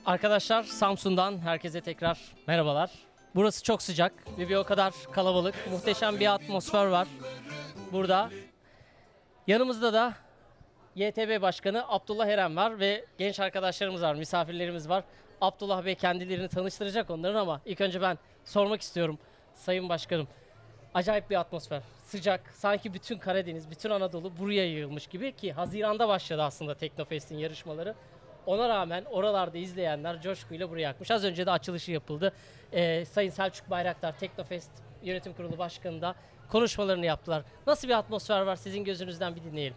Arkadaşlar Samsun'dan herkese tekrar merhabalar. Burası çok sıcak ve bir o kadar kalabalık. Muhteşem bir atmosfer var burada. Yanımızda da YTB Başkanı Abdullah Eren var ve genç arkadaşlarımız var, misafirlerimiz var. Abdullah Bey kendilerini tanıştıracak onların ama ilk önce ben sormak istiyorum. Sayın Başkanım, acayip bir atmosfer. Sıcak, sanki bütün Karadeniz, bütün Anadolu buraya yığılmış gibi ki Haziran'da başladı aslında Teknofest'in yarışmaları. Ona rağmen oralarda izleyenler coşkuyla buraya akmış. Az önce de açılışı yapıldı. Sayın Selçuk Bayraktar, Teknofest Yönetim Kurulu Başkanı da konuşmalarını yaptılar. Nasıl bir atmosfer var sizin gözünüzden bir dinleyelim.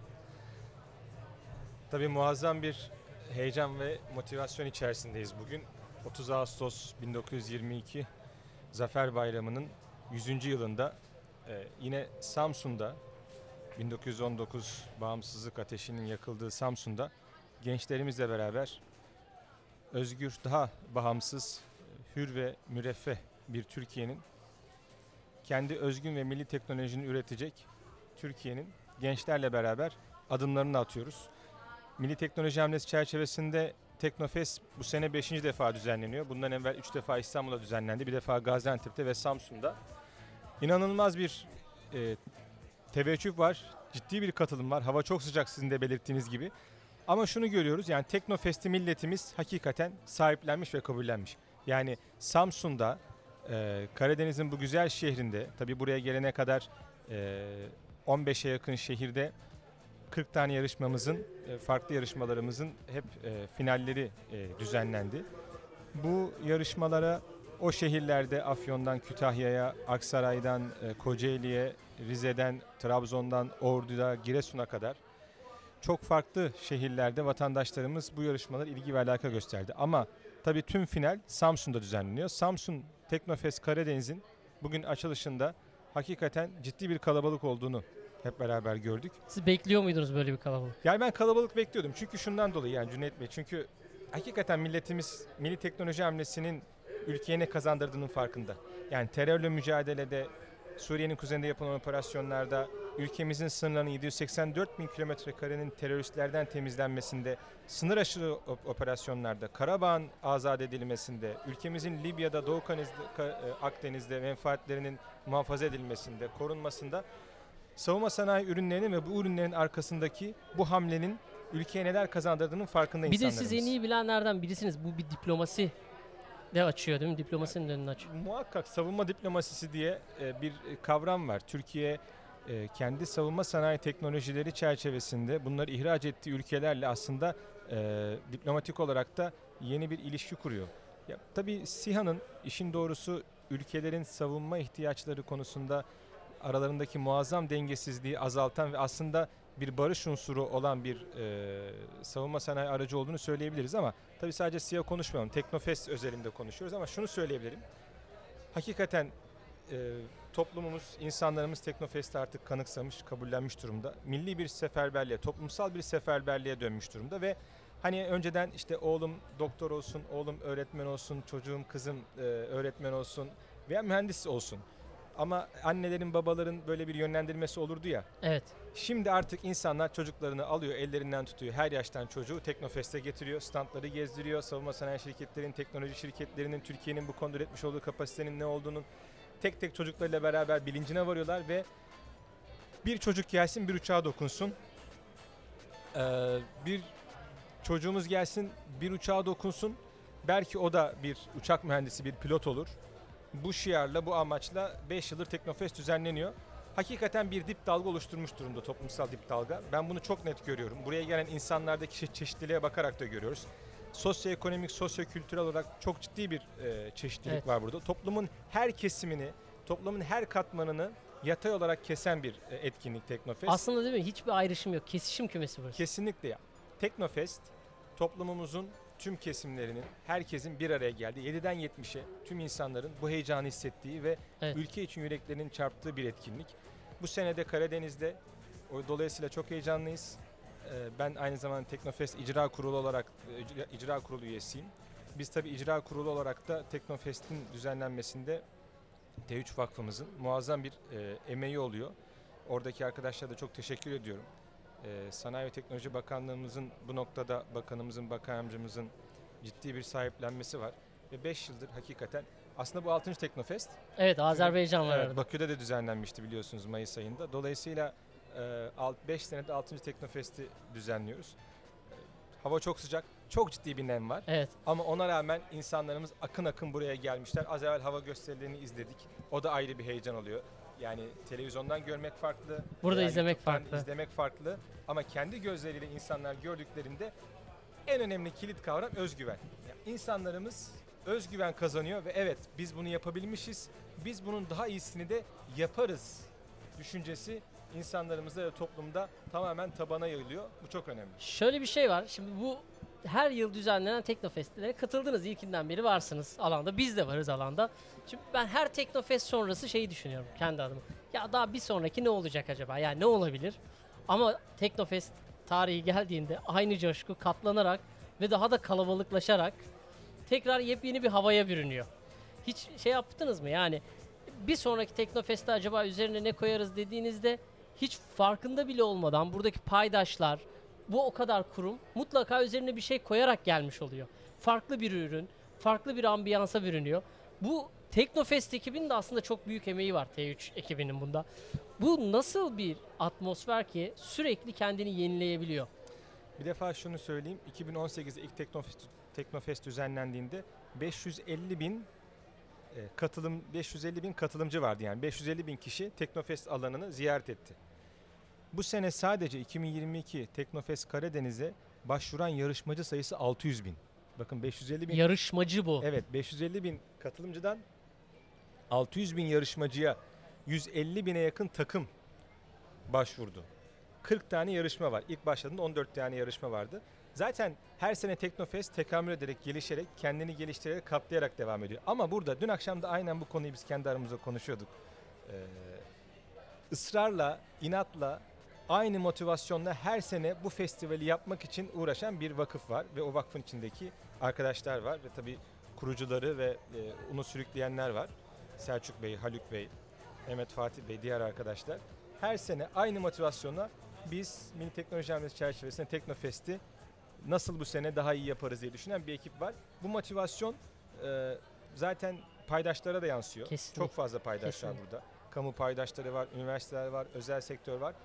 Tabii muazzam bir heyecan ve motivasyon içerisindeyiz bugün. 30 Ağustos 1922 Zafer Bayramı'nın 100. yılında yine Samsun'da 1919 bağımsızlık ateşinin yakıldığı Samsun'da gençlerimizle beraber özgür, daha bağımsız, hür ve müreffeh bir Türkiye'nin, kendi özgün ve milli teknolojini üretecek Türkiye'nin gençlerle beraber adımlarını atıyoruz. Milli Teknoloji Hamlesi çerçevesinde Teknofest bu sene 5. defa düzenleniyor. Bundan evvel 3 defa İstanbul'da düzenlendi. Bir defa Gaziantep'te ve Samsun'da. İnanılmaz bir teveccüh var. Ciddi bir katılım var. Hava çok sıcak sizin de belirttiğiniz gibi. Ama şunu görüyoruz, yani Teknofest'i milletimiz hakikaten sahiplenmiş ve kabullenmiş. Yani Samsun'da, Karadeniz'in bu güzel şehrinde, tabii buraya gelene kadar 15'e yakın şehirde 40 tane yarışmamızın, farklı yarışmalarımızın hep finalleri düzenlendi. Bu yarışmalara o şehirlerde Afyon'dan Kütahya'ya, Aksaray'dan Kocaeli'ye, Rize'den, Trabzon'dan, Ordu'da, Giresun'a kadar çok farklı şehirlerde vatandaşlarımız bu yarışmalara ilgi ve alaka gösterdi. Ama tabii tüm final Samsun'da düzenleniyor. Samsun Teknofest Karadeniz'in bugün açılışında hakikaten ciddi bir kalabalık olduğunu hep beraber gördük. Siz bekliyor muydunuz böyle bir kalabalık? Yani ben kalabalık bekliyordum. Çünkü şundan dolayı, yani Cüneyt Bey. Çünkü hakikaten milletimiz milli teknoloji hamlesinin ülkeye ne kazandırdığının farkında. Yani terörle mücadelede, Suriye'nin kuzeyinde yapılan operasyonlarda, ülkemizin sınırlarının 784 bin kilometre karenin teröristlerden temizlenmesinde, sınır aşırı operasyonlarda, Karabağ'ın azat edilmesinde, ülkemizin Libya'da, Doğu Akdeniz'de menfaatlerinin muhafaza edilmesinde, korunmasında, savunma sanayi ürünlerinin ve bu ürünlerin arkasındaki bu hamlenin ülkeye neler kazandırdığının farkında Bir de insanlarımız. siz en iyi bilenlerden birisiniz. Bu bir diplomasi de açıyor değil mi? Diplomasinin önünü açıyor. Muhakkak savunma diplomasisi diye bir kavram var. Türkiye kendi savunma sanayi teknolojileri çerçevesinde bunları ihraç ettiği ülkelerle aslında diplomatik olarak da yeni bir ilişki kuruyor. Ya, tabii SİHA'nın işin doğrusu ülkelerin savunma ihtiyaçları konusunda aralarındaki muazzam dengesizliği azaltan ve aslında bir barış unsuru olan bir savunma sanayi aracı olduğunu söyleyebiliriz ama tabii sadece SİHA konuşmayalım. Teknofest özelinde konuşuyoruz ama şunu söyleyebilirim. Hakikaten toplumumuz, insanlarımız Teknofest'i artık kanıksamış, kabullenmiş durumda. Milli bir seferberliğe, toplumsal bir seferberliğe dönmüş durumda ve hani önceden işte oğlum doktor olsun, oğlum öğretmen olsun, çocuğum, kızım öğretmen olsun veya mühendis olsun. Ama annelerin, babaların böyle bir yönlendirmesi olurdu ya. Evet. Şimdi artık insanlar çocuklarını alıyor, ellerinden tutuyor. Her yaştan çocuğu Teknofest'e getiriyor, standları gezdiriyor. Savunma sanayi şirketlerinin, teknoloji şirketlerinin, Türkiye'nin bu konuda üretmiş olduğu kapasitenin ne olduğunun tek tek çocuklarıyla beraber bilincine varıyorlar ve bir çocuk gelsin, bir uçağa dokunsun. Bir çocuğumuz gelsin, bir uçağa dokunsun. Belki o da bir uçak mühendisi, bir pilot olur. Bu şiarla, bu amaçla 5 yıldır Teknofest düzenleniyor. Hakikaten bir dip dalga oluşturmuş durumda, toplumsal dip dalga. Ben bunu çok net görüyorum. Buraya gelen insanlardaki çeşitliliğe bakarak da görüyoruz. Sosyoekonomik, sosyokültürel olarak çok ciddi bir çeşitlilik var burada. Toplumun her kesimini, toplumun her katmanını yatay olarak kesen bir etkinlik Teknofest. Aslında değil mi? Hiçbir ayrışım yok. Kesişim kümesi burası. Kesinlikle ya. Teknofest toplumumuzun tüm kesimlerinin, herkesin bir araya geldiği, 7'den 70'e tüm insanların bu heyecanı hissettiği ve Evet. ülke için yüreklerinin çarptığı bir etkinlik. Bu sene de Karadeniz'de, dolayısıyla çok heyecanlıyız. Ben aynı zamanda Teknofest İcra Kurulu olarak İcra Kurulu üyesiyim. Biz tabii İcra Kurulu olarak da Teknofest'in düzenlenmesinde T3 Vakfımızın muazzam bir emeği oluyor. Oradaki arkadaşlara da çok teşekkür ediyorum. Sanayi ve Teknoloji Bakanlığımızın bu noktada, bakanımızın, bakan yardımcımızın ciddi bir sahiplenmesi var. Ve 5 yıldır hakikaten aslında bu 6. Teknofest. Evet, Azerbaycan var Evet, arada. Bakü'de de düzenlenmişti biliyorsunuz Mayıs ayında. Dolayısıyla 5 senede 6. Teknofest'i düzenliyoruz. Hava çok sıcak, çok ciddi bir nem var. Evet. Ama ona rağmen insanlarımız akın akın buraya gelmişler. Az evvel hava gösterilerini izledik. O da ayrı bir heyecan oluyor. Yani televizyondan görmek farklı. Burada veya izlemek YouTube'dan farklı. izlemek farklı. Ama kendi gözleriyle insanlar gördüklerinde en önemli kilit kavram özgüven. Yani insanlarımız özgüven kazanıyor ve evet biz bunu yapabilmişiz. Biz bunun daha iyisini de yaparız düşüncesi insanlarımızda ve toplumda tamamen tabana yayılıyor. Bu çok önemli. Şöyle bir şey var. Şimdi bu her yıl düzenlenen Teknofest'lere katıldınız. İlkinden beri varsınız alanda. Biz de varız alanda. Şimdi ben her Teknofest sonrası şeyi düşünüyorum kendi adıma. Ya daha bir sonraki ne olacak acaba? Yani ne olabilir? Ama Teknofest tarihi geldiğinde aynı coşku katlanarak ve daha da kalabalıklaşarak tekrar yepyeni bir havaya bürünüyor. Hiç şey yaptınız mı? Yani bir sonraki Teknofest'te acaba üzerine ne koyarız dediğinizde hiç farkında bile olmadan buradaki paydaşlar, bu o kadar kurum mutlaka üzerine bir şey koyarak gelmiş oluyor. Farklı bir ürün, farklı bir ambiyansa bürünüyor. Bu Teknofest ekibinin de aslında çok büyük emeği var, T3 ekibinin bunda. Bu nasıl bir atmosfer ki sürekli kendini yenileyebiliyor? Bir defa şunu söyleyeyim. 2018'de ilk Teknofest düzenlendiğinde 550 bin 550 bin katılımcı vardı, yani 550 bin kişi Teknofest alanını ziyaret etti. Bu sene sadece 2022 Teknofest Karadeniz'e başvuran yarışmacı sayısı 600 bin. Bakın 550 bin. Yarışmacı bu. Evet, 550 bin katılımcıdan 600 bin yarışmacıya 150 bine yakın takım başvurdu. 40 tane yarışma var. İlk başladığında 14 tane yarışma vardı. Zaten her sene Teknofest tekamül ederek, gelişerek, kendini geliştirerek, katlayarak devam ediyor. Ama burada dün akşam da aynen bu konuyu biz kendi aramızda konuşuyorduk. Israrla, inatla, aynı motivasyonla her sene bu festivali yapmak için uğraşan bir vakıf var. Ve o vakfın içindeki arkadaşlar var. Ve tabii kurucuları ve onu sürükleyenler var. Selçuk Bey, Haluk Bey, Mehmet Fatih Bey, diğer arkadaşlar. Her sene aynı motivasyonla biz Milli Teknoloji Hamlesi çerçevesinde Teknofest'i nasıl bu sene daha iyi yaparız diye düşünen bir ekip var. Bu motivasyon zaten paydaşlara da yansıyor. Kesinlikle. Çok fazla paydaş var Kesinlikle. burada. Kamu paydaşları var, üniversiteler var, özel sektör var.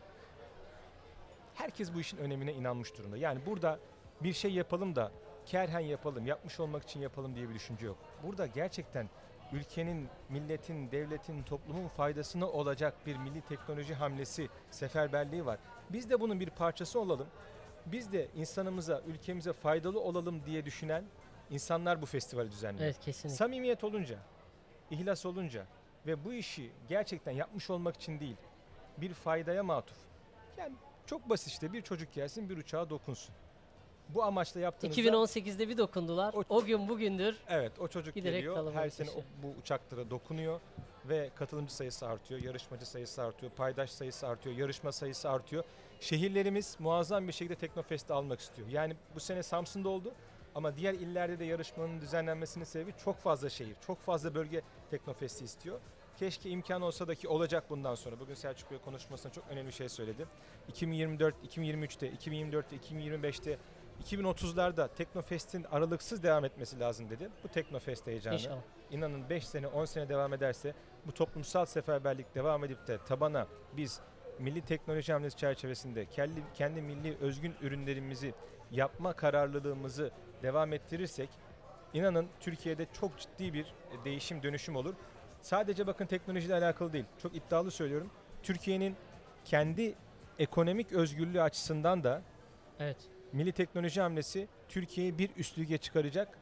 Herkes bu işin önemine inanmış durumda. Yani burada bir şey yapalım da kerhen yapalım, yapmış olmak için yapalım diye bir düşünce yok. Burada gerçekten ülkenin, milletin, devletin, toplumun faydasına olacak bir milli teknoloji hamlesi, seferberliği var. Biz de bunun bir parçası olalım. Biz de insanımıza, ülkemize faydalı olalım diye düşünen insanlar bu festivali düzenliyor. Evet, kesinlikle. Samimiyet olunca, ihlas olunca ve bu işi gerçekten yapmış olmak için değil, bir faydaya matuf. Yani çok basit işte, bir çocuk gelsin, bir uçağa dokunsun. Bu amaçla yaptığınızda 2018'de bir dokundular. O gün bugündür. evet, o çocuk Giderek geliyor, her kalabalıklaşıyor. sene bu uçaklara dokunuyor ve katılımcı sayısı artıyor, yarışmacı sayısı artıyor, paydaş sayısı artıyor, yarışma sayısı artıyor. Şehirlerimiz muazzam bir şekilde Teknofest'i almak istiyor. Yani bu sene Samsun'da oldu ama diğer illerde de yarışmanın düzenlenmesinin sebebi çok fazla şehir, çok fazla bölge Teknofest'i istiyor. Keşke imkan olsa da, ki olacak bundan sonra. Bugün Selçuk Bey konuşmasında çok önemli bir şey söyledi. 2024, 2023'te, 2024'te, 2025'te, 2030'larda Teknofest'in aralıksız devam etmesi lazım dedi. Bu Teknofest heyecanı. İnşallah. İnanın 5 sene, 10 sene devam ederse, bu toplumsal seferberlik devam edip de tabana biz milli teknoloji hamlesi çerçevesinde kendi milli özgün ürünlerimizi yapma kararlılığımızı devam ettirirsek, inanın Türkiye'de çok ciddi bir değişim, dönüşüm olur. Sadece bakın teknolojiyle alakalı değil. Çok iddialı söylüyorum. Türkiye'nin kendi ekonomik özgürlüğü açısından da Evet. milli teknoloji hamlesi Türkiye'yi bir üst lige çıkaracak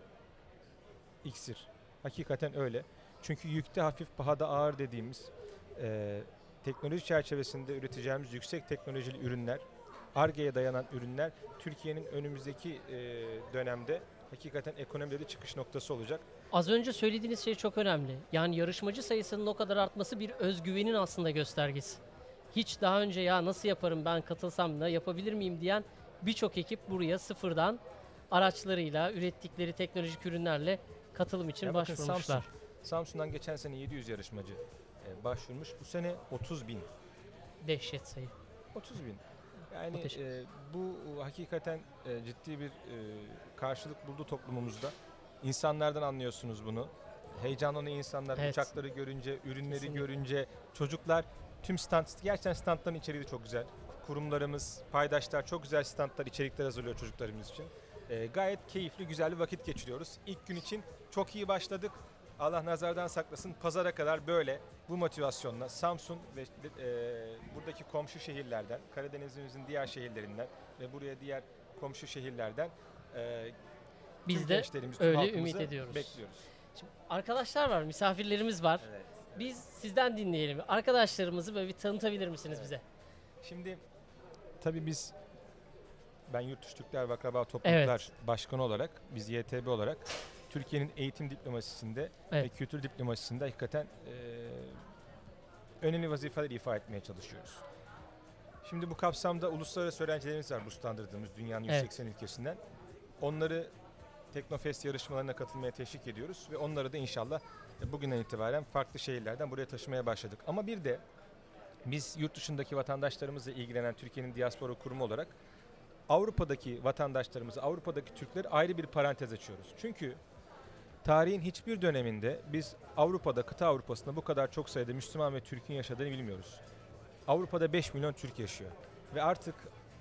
iksir. Hakikaten öyle. Çünkü yükte hafif, pahada ağır dediğimiz teknoloji çerçevesinde üreteceğimiz yüksek teknolojili ürünler, Ar-Ge'ye dayanan ürünler Türkiye'nin önümüzdeki dönemde hakikaten ekonomide de çıkış noktası olacak. Az önce söylediğiniz şey çok önemli. Yani yarışmacı sayısının o kadar artması bir özgüvenin aslında göstergesi. Hiç daha önce ya nasıl yaparım, ben katılsam da yapabilir miyim diyen birçok ekip buraya sıfırdan araçlarıyla, ürettikleri teknolojik ürünlerle katılım için Ya bakın başvurmuşlar. Samsun'dan geçen sene 700 yarışmacı başvurmuş. Bu sene 30 bin. Dehşet sayı. 30 bin. Yani Muhteşem. bu hakikaten ciddi bir karşılık buldu toplumumuzda. İnsanlardan anlıyorsunuz bunu. Heyecanlanıyor insanlar Evet. uçakları görünce, ürünleri Kesinlikle. görünce, çocuklar tüm gerçekten standların içeriği de çok güzel. Kurumlarımız, paydaşlar çok güzel standlar, içerikler hazırlıyor çocuklarımız için. Gayet keyifli, güzel bir vakit geçiriyoruz. İlk gün için çok iyi başladık. Allah nazardan saklasın. Pazara kadar böyle bu motivasyonla Samsun ve buradaki komşu şehirlerden, Karadeniz'imizin diğer şehirlerinden ve buraya diğer komşu şehirlerden Biz tüm de gençlerimiz, tüm öyle halkımızı ümit ediyoruz. bekliyoruz. Şimdi arkadaşlar var, misafirlerimiz var. Evet. Biz sizden dinleyelim. Arkadaşlarımızı böyle bir tanıtabilir misiniz bize? Şimdi tabii ben Yurt Dışı Türkler ve Akraba Topluluklar Başkanı olarak, biz YTB olarak Türkiye'nin eğitim diplomasisinde Evet. ve kültür diplomasisinde hakikaten önemli vazifeler ifa etmeye çalışıyoruz. Şimdi bu kapsamda uluslararası öğrencilerimiz var burslandırdığımız dünyanın 180 ülkesinden. Onları Teknofest yarışmalarına katılmaya teşvik ediyoruz ve onları da inşallah bugünden itibaren farklı şehirlerden buraya taşımaya başladık. Ama bir de biz yurt dışındaki vatandaşlarımızla ilgilenen Türkiye'nin diaspora kurumu olarak Avrupa'daki vatandaşlarımızı, Avrupa'daki Türkleri ayrı bir parantez açıyoruz. Çünkü tarihin hiçbir döneminde biz Avrupa'da, kıta Avrupa'sında bu kadar çok sayıda Müslüman ve Türk'ün yaşadığını bilmiyoruz. Avrupa'da 5 milyon Türk yaşıyor ve artık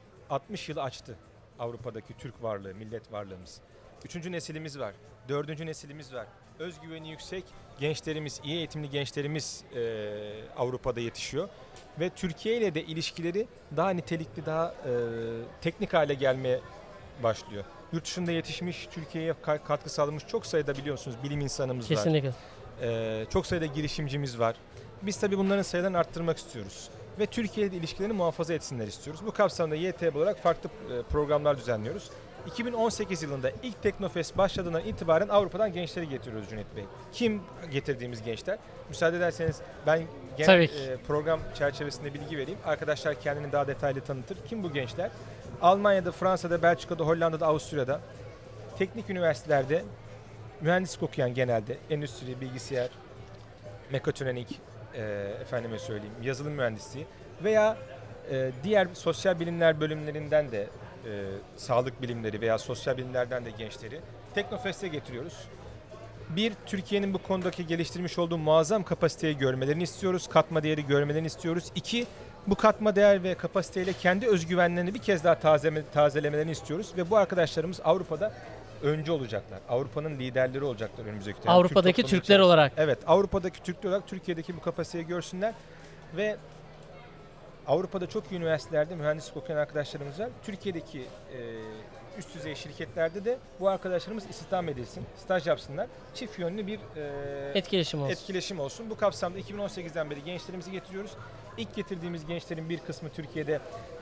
60 yılı açtı Avrupa'daki Türk varlığı, millet varlığımız. 3. nesilimiz var, 4. nesilimiz var. Özgüveni yüksek gençlerimiz, iyi eğitimli gençlerimiz Avrupa'da yetişiyor. Ve Türkiye ile de ilişkileri daha nitelikli, daha teknik hale gelmeye başlıyor. Yurt dışında yetişmiş, Türkiye'ye katkı sağlamış çok sayıda biliyorsunuz bilim insanımız var. Kesinlikle. Çok sayıda girişimcimiz var. Biz tabii bunların sayılarını arttırmak istiyoruz. Ve Türkiye ile ilişkilerini muhafaza etsinler istiyoruz. Bu kapsamda YTB olarak farklı programlar düzenliyoruz. 2018 yılında ilk Teknofest başladığından itibaren Avrupa'dan gençleri getiriyoruz Cüneyt Bey. Kim getirdiğimiz gençler? Müsaade ederseniz ben genel program çerçevesinde bilgi vereyim. Arkadaşlar kendini daha detaylı tanıtır. Kim bu gençler? Almanya'da, Fransa'da, Belçika'da, Hollanda'da, Avusturya'da teknik üniversitelerde mühendislik okuyan genelde endüstri, bilgisayar, mekatronik, efendime söyleyeyim, yazılım mühendisliği veya diğer sosyal bilimler bölümlerinden de sağlık bilimleri veya sosyal bilimlerden de gençleri Teknofest'e getiriyoruz. Bir, Türkiye'nin bu konudaki geliştirmiş olduğu muazzam kapasiteyi görmelerini istiyoruz. Katma değeri görmelerini istiyoruz. İki, bu katma değer ve kapasiteyle kendi özgüvenlerini bir kez daha tazelemelerini istiyoruz. Ve bu arkadaşlarımız Avrupa'da öncü olacaklar. Avrupa'nın liderleri olacaklar önümüzdeki dönem. Avrupa'daki Türk Türkler olarak. Evet, Avrupa'daki Türkler olarak Türkiye'deki bu kapasiteyi görsünler ve Avrupa'da çok iyi üniversitelerde mühendislik okuyan arkadaşlarımız var. Türkiye'deki üst düzey şirketlerde de bu arkadaşlarımız istihdam edilsin, staj yapsınlar. Çift yönlü bir etkileşim olsun. Bu kapsamda 2018'den beri gençlerimizi getiriyoruz. İlk getirdiğimiz gençlerin bir kısmı Türkiye'de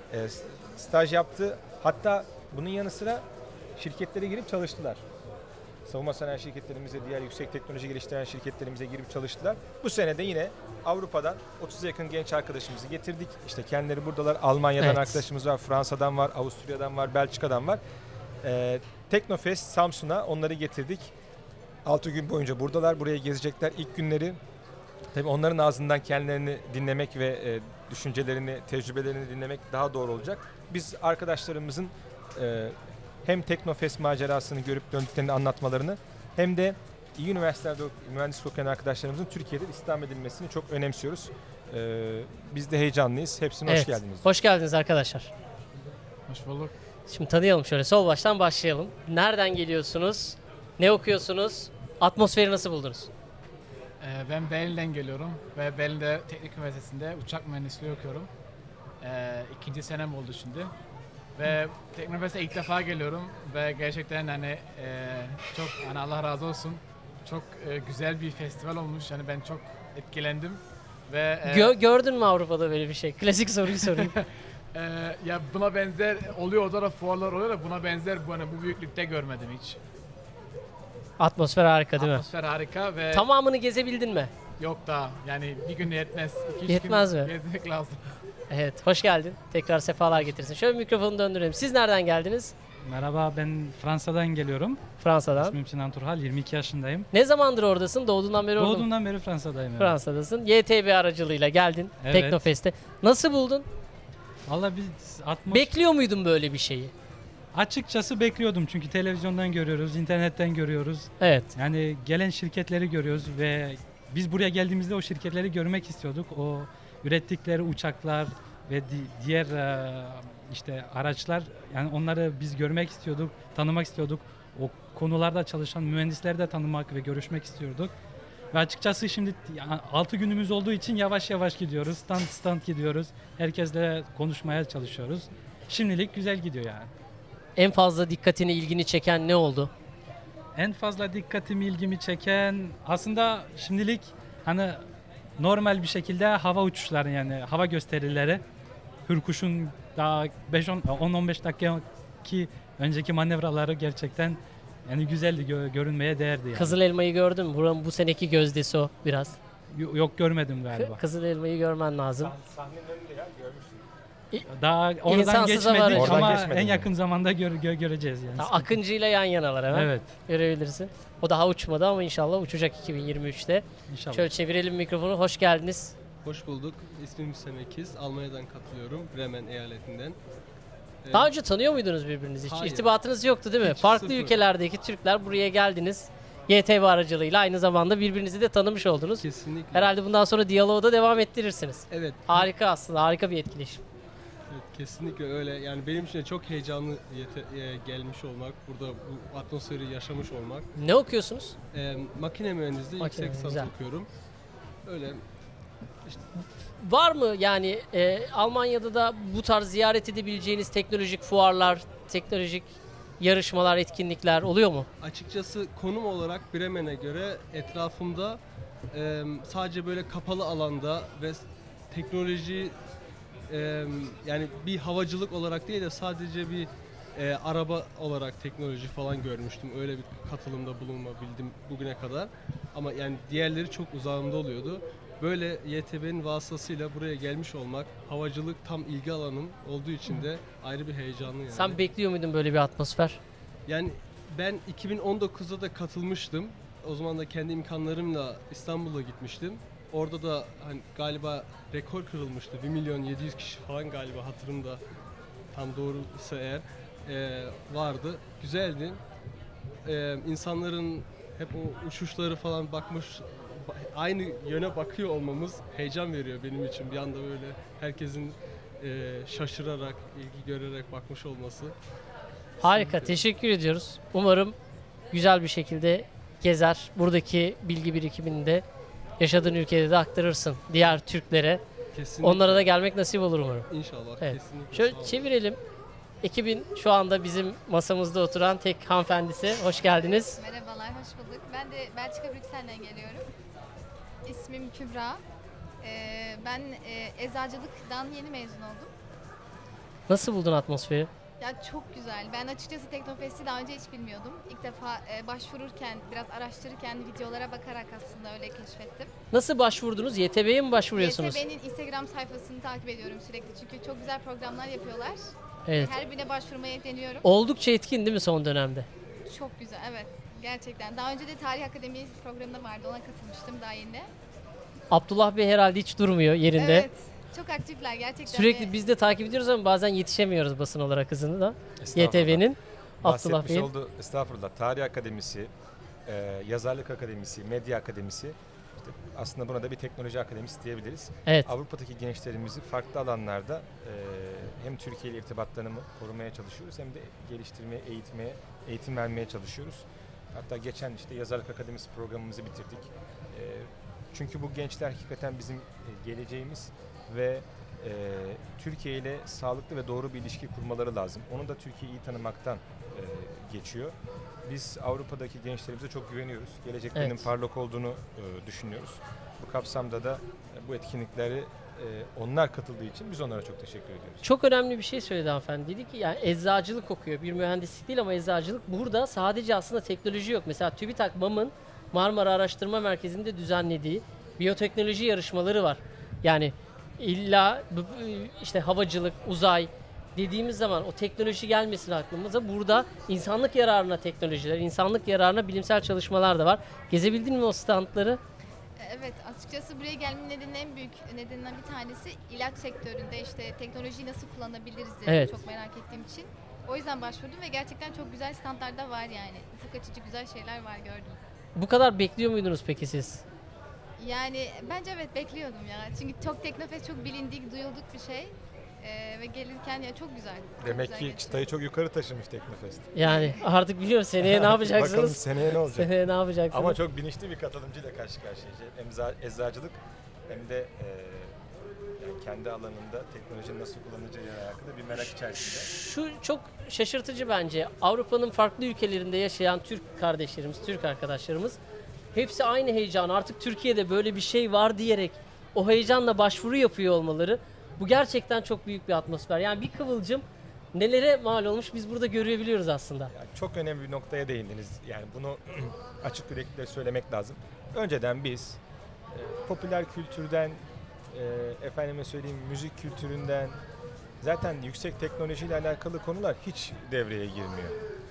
staj yaptı. Hatta bunun yanı sıra şirketlere girip çalıştılar. Savunma sanayi şirketlerimize, diğer yüksek teknoloji geliştiren şirketlerimize girip çalıştılar. Bu sene de yine Avrupa'dan 30'a yakın genç arkadaşımızı getirdik. İşte kendileri buradalar. Almanya'dan arkadaşımız var, Fransa'dan var, Avusturya'dan var, Belçika'dan var. Teknofest Samsun'a onları getirdik. 6 gün boyunca buradalar. Buraya gezecekler ilk günleri. Tabii onların ağzından kendilerini dinlemek ve düşüncelerini, tecrübelerini dinlemek daha doğru olacak. Biz arkadaşlarımızın hem Teknofest macerasını görüp döndüklerini anlatmalarını hem de iyi üniversitelerde mühendislik okuyan arkadaşlarımızın Türkiye'de istihdam edilmesini çok önemsiyoruz. Biz de heyecanlıyız. Hepsine hoş geldiniz. Hoş geldiniz arkadaşlar. Hoş bulduk. Şimdi tanıyalım şöyle. Sol baştan başlayalım. Nereden geliyorsunuz? Ne okuyorsunuz? Atmosferi nasıl buldunuz? Ben Berlin'den geliyorum ve Berlin'de Teknik Üniversitesi'nde uçak mühendisliği okuyorum. 2. senem oldu şimdi. Ve Teknofest'e ilk defa geliyorum ve gerçekten çok Allah razı olsun. Çok güzel bir festival olmuş. Yani ben çok etkilendim ve Gördün mü Avrupa'da böyle bir şey? Klasik soruyu sorayım. ya buna benzer oluyor, orada da fuarlar oluyor da buna benzer bu büyüklükte görmedim hiç. Atmosfer harika değil mi? Atmosfer harika ve Tamamını gezebildin mi? yok daha yani bir gün yetmez. 2-3 Yetmez gün mi? gezmek lazım. Evet, hoş geldin. Tekrar sefalar getirsin. Şöyle mikrofonu döndürelim. Siz nereden geldiniz? Merhaba, ben Fransa'dan geliyorum. Fransa'dan. İsmim Sinan Turhal, 22 yaşındayım. Ne zamandır oradasın? Doğduğundan beri orada mı? Doğduğumdan beri Fransa'dayım. Evet. Fransa'dasın. YTB aracılığıyla geldin Evet. Teknofest'e. Nasıl buldun? Valla biz Bekliyor muydun böyle bir şeyi? açıkçası bekliyordum çünkü televizyondan görüyoruz, internetten görüyoruz. Evet. Yani gelen şirketleri görüyoruz ve biz buraya geldiğimizde o şirketleri görmek istiyorduk. O ürettikleri uçaklar ve diğer işte araçlar, yani onları biz görmek istiyorduk, tanımak istiyorduk. O konularda çalışan mühendisleri de tanımak ve görüşmek istiyorduk. Ve açıkçası şimdi 6 günümüz olduğu için yavaş yavaş gidiyoruz. Stand stand gidiyoruz. Herkesle konuşmaya çalışıyoruz. Şimdilik güzel gidiyor yani. En fazla dikkatini, ilgini çeken ne oldu? En fazla dikkatimi, ilgimi çeken aslında şimdilik hani normal bir şekilde hava uçuşları, yani hava gösterileri. Hürkuş'un daha 10-15 dakikaki önceki manevraları gerçekten yani güzeldi, görünmeye değerdi yani. Kızıl elmayı gördün mü? Buranın bu seneki gözdesi o biraz. Yok görmedim galiba. Kızıl elmayı görmen lazım. Sahnenin önünde ya, görmüşsün. Daha oradan İnsansız hava geçmedik aracı. ama Oradan geçmedin en mi? yakın zamanda göreceğiz yani. Akıncı ile yan yanalar hemen. Evet, Görebilirsin. O daha uçmadı ama inşallah uçacak 2023'te. inşallah. Şöyle çevirelim mikrofonu. Hoş geldiniz. Hoş bulduk. İsmim Hüsem Ekiz. Almanya'dan katılıyorum. Bremen eyaletinden. Daha önce tanıyor muydunuz birbirinizi? Hiç Hayır. irtibatınız yoktu değil mi? Hiç, Farklı sıfır. ülkelerdeki Türkler buraya geldiniz. YTV aracılığıyla aynı zamanda birbirinizi de tanımış oldunuz. Kesinlikle. Herhalde bundan sonra diyaloğu da devam ettirirsiniz. Evet, Harika aslında. Harika bir etkileşim. evet, kesinlikle öyle. Yani benim için de çok heyecanlı gelmiş olmak, burada bu atmosferi yaşamış olmak. Ne okuyorsunuz? Makine mühendisliği Makine, yüksek güzel. lisans okuyorum. Öyle. Var mı yani Almanya'da da bu tarz ziyaret edebileceğiniz teknolojik fuarlar, teknolojik yarışmalar, etkinlikler oluyor mu? Açıkçası konum olarak Bremen'e göre etrafımda sadece böyle kapalı alanda ve teknoloji yani bir havacılık olarak değil de sadece bir araba olarak teknoloji falan görmüştüm. Öyle bir katılımda bulunmabildim bugüne kadar. Ama yani diğerleri çok uzağımda oluyordu. Böyle YTB'nin vasıtasıyla buraya gelmiş olmak, havacılık tam ilgi alanım olduğu için de ayrı bir heyecanlı yani. Sen bekliyor muydun böyle bir atmosfer? Yani ben 2019'da da katılmıştım. O zaman da kendi imkanlarımla İstanbul'a gitmiştim. Orada da hani galiba rekor kırılmıştı. 1.700.000 kişi falan galiba, hatırımda tam doğruysa eğer vardı. Güzeldi. İnsanların hep o uçuşları falan aynı yöne bakıyor olmamız heyecan veriyor benim için. Bir anda böyle herkesin şaşırarak, ilgi görerek bakmış olması. Harika, teşekkür ediyoruz. Umarım güzel bir şekilde gezer. Buradaki bilgi birikimini de yaşadığın ülkede de aktarırsın diğer Türklere. Kesinlikle. Onlara da gelmek nasip olur umarım. İnşallah. Evet. Kesinlikle. Sağ Şöyle olun. çevirelim. Ekibin şu anda bizim masamızda oturan tek hanımefendisi. Hoş geldiniz. Merhabalar, hoş bulduk. Ben de Belçika Brüksel'den geliyorum. İsmim Kübra. Ben eczacılıktan yeni mezun oldum. Nasıl buldun atmosferi? Ya çok güzel. Ben açıkçası Teknofest'i daha önce hiç bilmiyordum. İlk defa başvururken, biraz araştırırken videolara bakarak aslında öyle keşfettim. Nasıl başvurdunuz? YTB'ye mi başvuruyorsunuz? YTB'nin Instagram sayfasını takip ediyorum sürekli çünkü çok güzel programlar yapıyorlar. Evet. Her birine başvurmayı deniyorum. Oldukça etkin değil mi son dönemde? Çok güzel, evet. Gerçekten. Daha önce de Tarih Akademi programında vardı. Ona katılmıştım daha yeni. Abdullah Bey herhalde hiç durmuyor yerinde. Evet. Çok aktifler gerçekten. Sürekli ve- biz de takip ediyoruz ama bazen yetişemiyoruz basın olarak hızını da. Estağfurullah. YTB'nin Abdullah Bahsetmiş Bey'in. oldu. Estağfurullah. Tarih Akademisi, Yazarlık Akademisi, Medya Akademisi. İşte aslında buna da bir teknoloji akademisi diyebiliriz. Evet. Avrupa'daki gençlerimizi farklı alanlarda hem Türkiye ile irtibatlarını korumaya çalışıyoruz hem de geliştirmeye, eğitim vermeye çalışıyoruz. Hatta geçen işte Yazarlık Akademisi programımızı bitirdik. Çünkü bu gençler hakikaten bizim geleceğimiz ve Türkiye ile sağlıklı ve doğru bir ilişki kurmaları lazım. Onu da Türkiye'yi iyi tanımaktan geçiyor. Biz Avrupa'daki gençlerimize çok güveniyoruz. Geleceklerinin Evet. parlak olduğunu düşünüyoruz. Bu kapsamda da bu etkinlikleri onlar katıldığı için biz onlara çok teşekkür ediyoruz. Çok önemli bir şey söyledi hanımefendi. Dedi ki yani eczacılık okuyor. Bir mühendislik değil ama eczacılık. Burada sadece aslında teknoloji yok. Mesela TÜBİTAK MAM'ın Marmara Araştırma Merkezi'nde düzenlediği biyoteknoloji yarışmaları var. Yani illa işte havacılık, uzay dediğimiz zaman o teknoloji gelmesin aklımıza. Burada insanlık yararına teknolojiler, insanlık yararına bilimsel çalışmalar da var. Gezebildin mi o standları? Evet, açıkçası buraya gelmemin nedeni en büyük nedeninden bir tanesi ilaç sektöründe işte teknolojiyi nasıl kullanabiliriz Evet. çok merak ettiğim için. O yüzden başvurdum ve gerçekten çok güzel standlar da var yani. Ufuk açıcı güzel şeyler var gördüm. Bu kadar bekliyor muydunuz peki siz? Yani bence evet bekliyordum ya. Çünkü çok Teknofest çok bilindik, duyulduk bir şey. Ve gelirken ya çok güzel. Çok Demek güzel ki geçti. çıtayı çok yukarı taşımış Teknofest. Yani artık biliyorum seneye ne Bakalım yapacaksınız? seneye ne olacak? Seneye ne yapacaksınız? Ama çok bilinçli bir katılımcıyla karşı karşıyayız. Hem eczacılık hem de yani kendi alanında teknolojinin nasıl kullanacağı hakkında bir merak içerisinde. Şu çok şaşırtıcı bence. Avrupa'nın farklı ülkelerinde yaşayan Türk kardeşlerimiz, Türk arkadaşlarımız hepsi aynı heyecan. Artık Türkiye'de böyle bir şey var diyerek o heyecanla başvuru yapıyor olmaları. Bu gerçekten çok büyük bir atmosfer. Yani bir kıvılcım nelere mal olmuş biz burada görebiliyoruz aslında. Yani çok önemli bir noktaya değindiniz. Yani bunu açık yüreklilikle söylemek lazım. Önceden biz popüler kültürden, efendime söyleyeyim müzik kültüründen, zaten yüksek teknolojiyle alakalı konular hiç devreye girmiyor.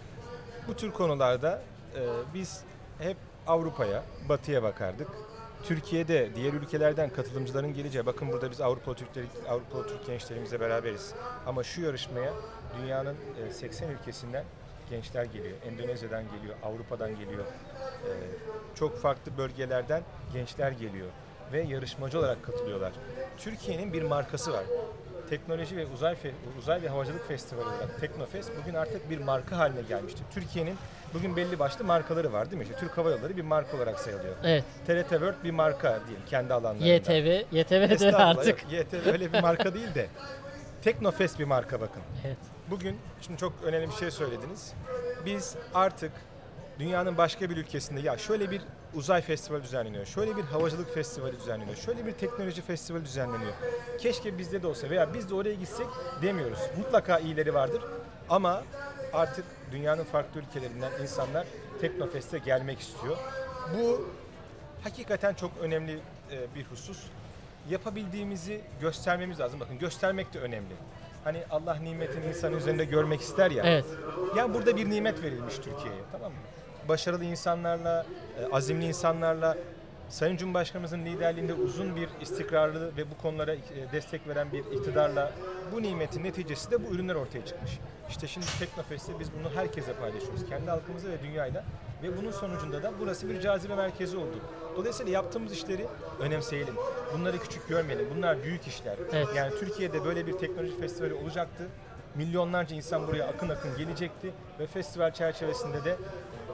Bu tür konularda biz hep Avrupa'ya, Batı'ya bakardık. Türkiye'de diğer ülkelerden katılımcıların geleceği, bakın burada biz Avrupalı Türk gençlerimizle beraberiz. Ama şu yarışmaya dünyanın 80 ülkesinden gençler geliyor. Endonezya'dan geliyor, Avrupa'dan geliyor. Çok farklı bölgelerden gençler geliyor ve yarışmacı olarak katılıyorlar. Türkiye'nin bir markası var. Teknoloji ve Uzay ve Havacılık Festivali olarak Teknofest bugün artık bir marka haline gelmiştir. Türkiye'nin bugün belli başlı markaları var değil mi? İşte Türk Hava Yolları bir marka olarak sayılıyor. Evet. TRT World bir marka değil kendi alanlarında. YTV de Estağfurullah, artık. yok, YTV öyle bir marka değil de Teknofest bir marka bakın. Evet. Bugün şimdi çok önemli bir şey söylediniz. Biz artık dünyanın başka bir ülkesinde ya şöyle bir uzay festivali düzenleniyor, şöyle bir havacılık festivali düzenleniyor, şöyle bir teknoloji festivali düzenleniyor. Keşke bizde de olsa veya biz de oraya gitsek demiyoruz. Mutlaka iyileri vardır ama artık dünyanın farklı ülkelerinden insanlar Teknofest'e gelmek istiyor. Bu hakikaten çok önemli bir husus. Yapabildiğimizi göstermemiz lazım. Bakın göstermek de önemli. Hani Allah nimetini insanın üzerinde görmek ister ya. Evet. Yani burada bir nimet verilmiş Türkiye'ye, tamam mı? Başarılı insanlarla, azimli insanlarla, Sayın Cumhurbaşkanımızın liderliğinde uzun bir istikrarlı ve bu konulara destek veren bir iktidarla bu nimetin neticesi de bu ürünler ortaya çıkmış. İşte şimdi Teknofest'te biz bunu herkese paylaşıyoruz. Kendi halkımıza ve dünyayla. Ve bunun sonucunda da burası bir cazibe merkezi oldu. Dolayısıyla yaptığımız işleri önemseyelim. Bunları küçük görmeyelim. Bunlar büyük işler. Evet. Yani Türkiye'de böyle bir teknoloji festivali olacaktı. Milyonlarca insan buraya akın akın gelecekti. Ve festival çerçevesinde de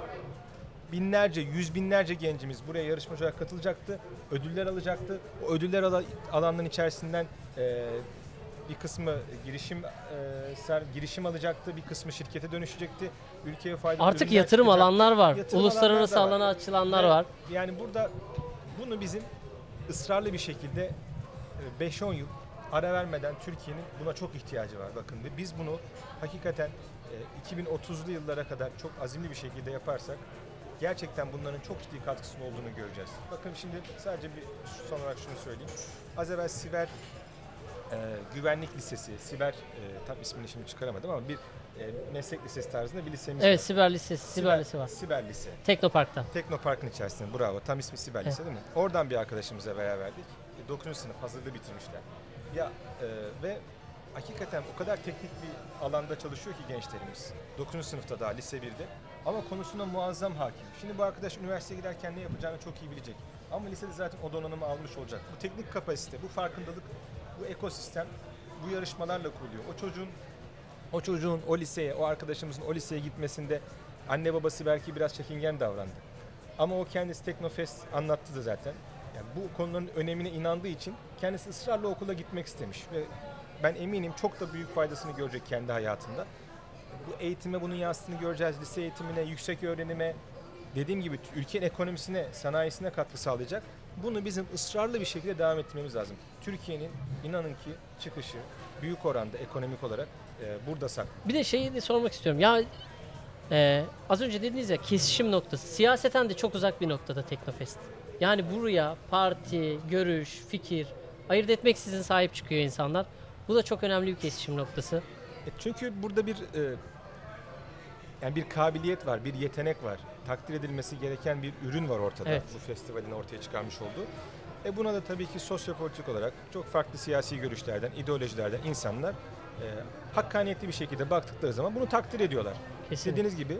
binlerce, yüz binlerce gencimiz buraya yarışmacı olarak katılacaktı. Ödüller alacaktı. O ödüller alanların içerisinden bir kısmı girişim alacaktı, bir kısmı şirkete dönüşecekti. Ülkeye faydalı Artık ürünler yatırım çıkacak. alanlar var. Yatırım Uluslararası alanlar da var. alana açılanlar Ve var. Yani burada bunu bizim ısrarlı bir şekilde 5-10 yıl ara vermeden Türkiye'nin buna çok ihtiyacı var. Bakın ve biz bunu hakikaten 2030'lu yıllara kadar çok azimli bir şekilde yaparsak gerçekten bunların çok ciddi katkısının olduğunu göreceğiz. Bakın şimdi sadece bir son olarak şunu söyleyeyim. Az evvel Siber Güvenlik Lisesi, tam ismini şimdi çıkaramadım ama bir meslek lisesi tarzında bir lisemiz Evet, var. Siber Lisesi var. Siber Lise. Teknopark'ta. Teknopark'ın içerisinde, bravo. Tam ismi Siber Lise değil mi? Oradan bir arkadaşımıza beraberdik. 9. sınıf hazırlığı bitirmişler. Ve hakikaten o kadar teknik bir alanda çalışıyor ki gençlerimiz. 9. sınıfta daha lise 1'de. Ama konusuna muazzam hakim. Şimdi bu arkadaş üniversiteye giderken ne yapacağını çok iyi bilecek. Ama lisede zaten o donanımı almış olacak. Bu teknik kapasite, bu farkındalık, bu ekosistem bu yarışmalarla kuruluyor. O çocuğun o liseye, o arkadaşımızın o liseye gitmesinde anne babası belki biraz çekingen davrandı. Ama o kendisi Teknofest anlattı da zaten. Yani bu konuların önemine inandığı için kendisi ısrarla okula gitmek istemiş ve ben eminim çok da büyük faydasını görecek kendi hayatında. Bu eğitime bunun yansıdığını göreceğiz. Lise eğitimine, yüksek öğrenime, dediğim gibi ülkenin ekonomisine, sanayisine katkı sağlayacak. Bunu bizim ısrarlı bir şekilde devam ettirmemiz lazım. Türkiye'nin inanın ki çıkışı büyük oranda ekonomik olarak burada saklı. Bir de şeyi de sormak istiyorum. Ya az önce dediniz ya kesişim noktası. Siyaseten de çok uzak bir noktada Teknofest. Yani buraya parti, görüş, fikir ayırt etmeksizin sahip çıkıyor insanlar. Bu da çok önemli bir kesişim noktası. Çünkü burada bir yani bir kabiliyet var, bir yetenek var. Takdir edilmesi gereken bir ürün var ortada. Evet. Bu festivalin ortaya çıkarmış olduğu. Buna da tabii ki sosyopolitik olarak çok farklı siyasi görüşlerden, ideolojilerden insanlar hakkaniyetli bir şekilde baktıkları zaman bunu takdir ediyorlar. Kesinlikle. Dediğiniz gibi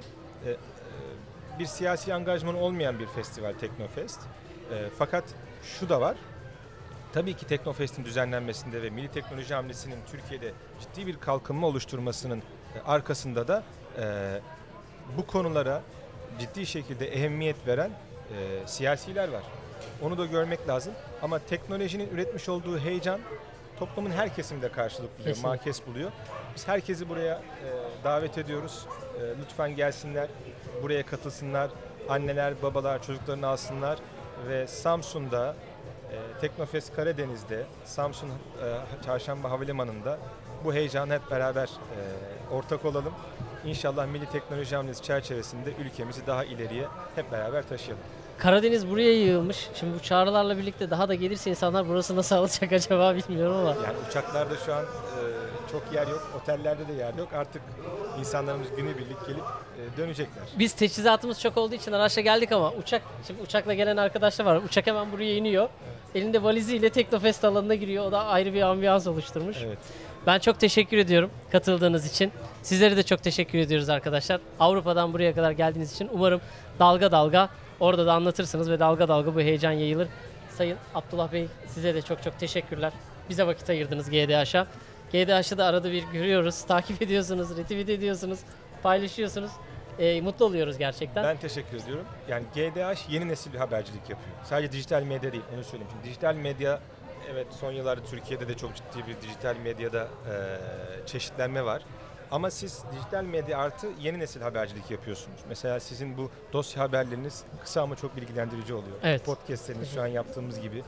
bir siyasi angajman olmayan bir festival Teknofest. Fakat şu da var. Tabii ki Teknofest'in düzenlenmesinde ve milli teknoloji hamlesinin Türkiye'de ciddi bir kalkınma oluşturmasının arkasında da bu konulara ciddi şekilde ehemmiyet veren siyasiler var. Onu da görmek lazım. Ama teknolojinin üretmiş olduğu heyecan toplumun her kesiminde karşılık buluyor, Kesinlikle. makes buluyor. Biz herkesi buraya davet ediyoruz. Lütfen gelsinler, buraya katılsınlar. Anneler, babalar çocuklarını alsınlar ve Samsun'da Teknofest Karadeniz'de, Samsun Çarşamba Havalimanı'nda bu heyecana hep beraber ortak olalım. İnşallah milli teknoloji hamlesi çerçevesinde ülkemizi daha ileriye hep beraber taşıyalım. Karadeniz buraya yığılmış. Şimdi bu çağrılarla birlikte daha da gelirse insanlar burası nasıl alacak acaba bilmiyorum ama. Yani uçaklarda şu an çok yer yok, otellerde de yer yok. Artık insanlarımız günübirlik gelip dönecekler. Biz teçhizatımız çok olduğu için araçla geldik ama şimdi uçakla gelen arkadaşlar var. Uçak hemen buraya iniyor. Elinde valiziyle Teknofest alanına giriyor. O da ayrı bir ambiyans oluşturmuş. Evet. Ben çok teşekkür ediyorum katıldığınız için. Sizlere de çok teşekkür ediyoruz arkadaşlar. Avrupa'dan buraya kadar geldiğiniz için umarım dalga dalga orada da anlatırsınız ve dalga dalga bu heyecan yayılır. Sayın Abdullah Bey, size de çok çok teşekkürler. Bize vakit ayırdınız GDH'a. GDH'ı da arada bir görüyoruz, takip ediyorsunuz, retweet ediyorsunuz, paylaşıyorsunuz. Mutlu oluyoruz gerçekten. Ben teşekkür ediyorum. Yani GDH yeni nesil bir habercilik yapıyor. Sadece dijital medya değil, onu söyleyeyim. Şimdi dijital medya, evet son yıllarda Türkiye'de de çok ciddi bir dijital medyada çeşitlenme var. Ama siz dijital medya artı yeni nesil habercilik yapıyorsunuz. Mesela sizin bu dosya haberleriniz kısa ama çok bilgilendirici oluyor. Evet. Podcastleriniz şu an yaptığımız gibi.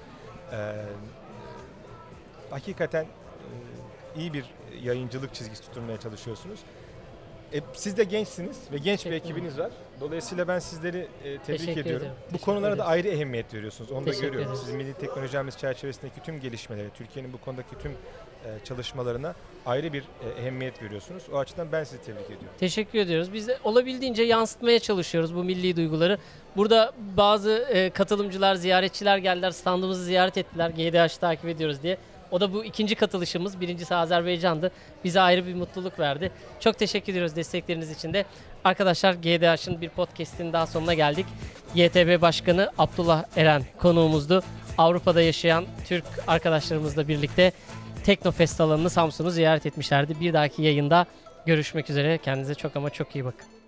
Hakikaten iyi bir yayıncılık çizgisi tutturmaya çalışıyorsunuz. Siz de gençsiniz ve genç bir ekibiniz var. Dolayısıyla ben sizleri tebrik Teşekkür ediyorum. ederim. Bu Teşekkür konulara da ederiz. ayrı ehemmiyet veriyorsunuz. Onu da Teşekkür görüyorum. ederiz. Sizin milli teknoloji hamlesi çerçevesindeki tüm gelişmeleri, Türkiye'nin bu konudaki tüm çalışmalarına ayrı bir ehemmiyet veriyorsunuz. O açıdan ben sizi tebrik ediyorum. Teşekkür ediyoruz. Biz de olabildiğince yansıtmaya çalışıyoruz bu milli duyguları. Burada bazı katılımcılar, ziyaretçiler geldiler, standımızı ziyaret ettiler. GDH'ı takip ediyoruz diye. O da bu ikinci katılışımız. Birincisi Azerbaycan'dı. Bize ayrı bir mutluluk verdi. Çok teşekkür ediyoruz destekleriniz için de. Arkadaşlar GDH'ın bir podcast'in daha sonuna geldik. YTB Başkanı Abdullah Eren konuğumuzdu. Avrupa'da yaşayan Türk arkadaşlarımızla birlikte Teknofest alanını, Samsun'u ziyaret etmişlerdi. Bir dahaki yayında görüşmek üzere. Kendinize çok ama çok iyi bakın.